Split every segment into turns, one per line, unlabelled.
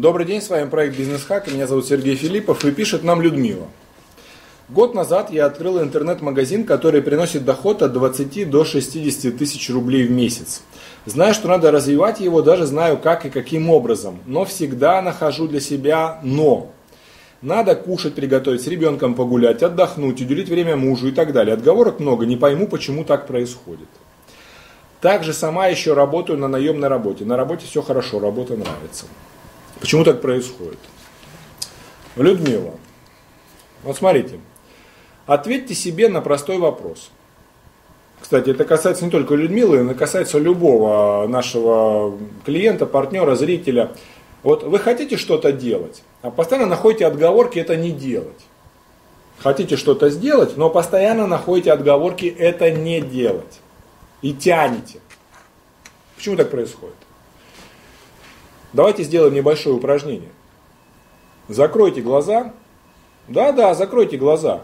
Добрый день, с вами проект Бизнес-хак, меня зовут Сергей Филиппов и пишет нам Людмила. Год назад я открыл интернет-магазин, который приносит доход от 20 до 60 тысяч рублей в месяц. Знаю, что надо развивать его, даже знаю как и каким образом, но всегда нахожу для себя «но». Надо кушать, приготовить, с ребенком погулять, отдохнуть, уделить время мужу и так далее. Отговорок много, не пойму, почему так происходит. Также сама еще работаю на наемной работе. На работе все хорошо, работа нравится. Почему так происходит? Людмила, вот смотрите, ответьте себе на простой вопрос. Кстати, это касается не только Людмилы, это касается любого нашего клиента, партнера, зрителя. Вот вы хотите что-то делать, а постоянно находите отговорки это не делать. Хотите что-то сделать, но постоянно находите отговорки это не делать. И тянете. Почему так происходит? Давайте сделаем небольшое упражнение. Закройте глаза. Да, закройте глаза.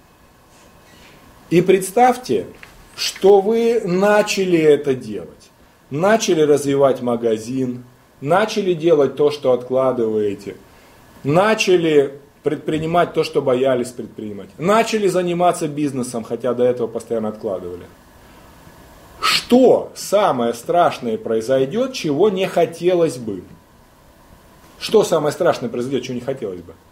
И представьте, что вы начали это делать. Начали развивать магазин. Начали делать то, что откладываете. Начали предпринимать то, что боялись предпринимать. Начали заниматься бизнесом, хотя до этого постоянно откладывали. Что самое страшное произойдет, чего не хотелось бы? Что самое страшное произойдет, чего не хотелось бы?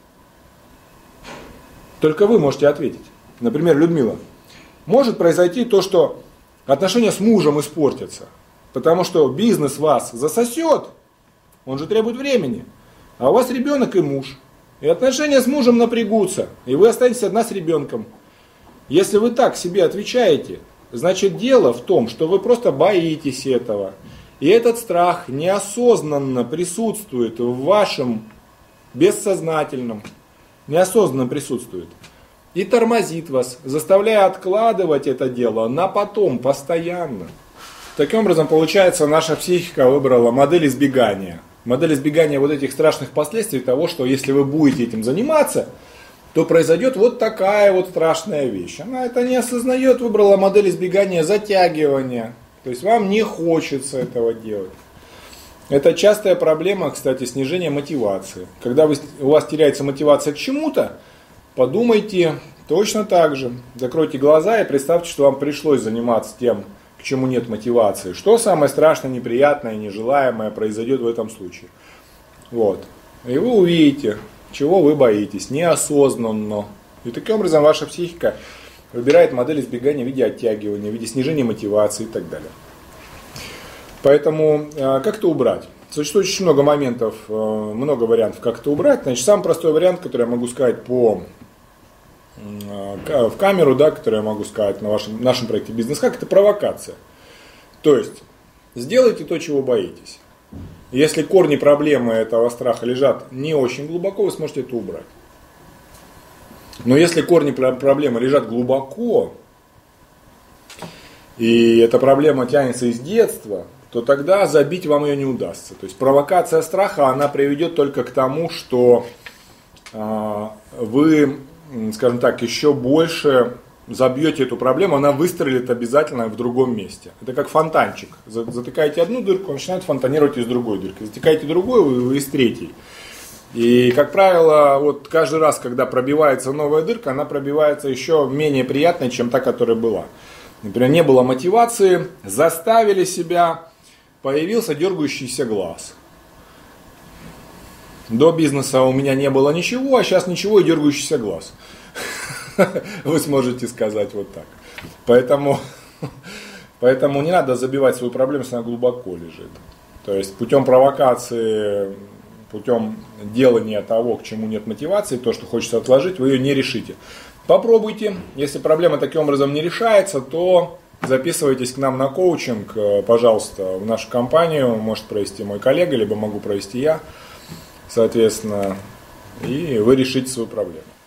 Только вы можете ответить. Например, Людмила. Может произойти то, что отношения с мужем испортятся. Потому что бизнес вас засосет. Он же требует времени. А у вас ребенок и муж. И отношения с мужем напрягутся. И вы останетесь одна с ребенком. Если вы так себе отвечаете, значит дело в том, что вы просто боитесь этого. И этот страх неосознанно присутствует в вашем бессознательном, неосознанно присутствует. И тормозит вас, заставляя откладывать это дело на потом, постоянно. Таким образом, получается, наша психика выбрала модель избегания. Модель избегания вот этих страшных последствий того, что если вы будете этим заниматься, то произойдет вот такая вот страшная вещь. Она это не осознает, выбрала модель избегания затягивания. То есть вам не хочется этого делать. Это частая проблема, кстати, снижения мотивации. Когда у вас теряется мотивация к чему-то, подумайте точно так же. Закройте глаза и представьте, что вам пришлось заниматься тем, к чему нет мотивации. Что самое страшное, неприятное, нежелаемое произойдет в этом случае. Вот. И вы увидите, чего вы боитесь, неосознанно. И таким образом ваша психика выбирает модель избегания в виде оттягивания, в виде снижения мотивации и так далее. Поэтому как это убрать? Существует очень много моментов, много вариантов, как это убрать. Значит, самый простой вариант, который я могу сказать в камеру, да, который я могу сказать на нашем проекте «Бизнес-хак», это провокация. То есть, сделайте то, чего боитесь. Если корни проблемы этого страха лежат не очень глубоко, вы сможете это убрать. Но если корни проблемы лежат глубоко, и эта проблема тянется из детства, то тогда забить вам ее не удастся. То есть провокация страха, она приведет только к тому, что вы, скажем так, еще больше забьете эту проблему, она выстрелит обязательно в другом месте. Это как фонтанчик. Затыкаете одну дырку, начинает фонтанировать из другой дырки. Затыкаете другую, из третьей. И, как правило, вот каждый раз, когда пробивается новая дырка, она пробивается еще менее приятной, чем та, которая была. Например, не было мотивации, заставили себя, появился дергающийся глаз. До бизнеса у меня не было ничего, а сейчас ничего и дергающийся глаз. Вы сможете сказать вот так. Поэтому не надо забивать свою проблему, если она глубоко лежит. То есть путем провокации, путем делания того, к чему нет мотивации, то, что хочется отложить, вы ее не решите. Попробуйте. Если проблема таким образом не решается, то записывайтесь к нам на коучинг, пожалуйста, в нашу компанию. Может провести мой коллега, либо могу провести я, соответственно, и вы решите свою проблему.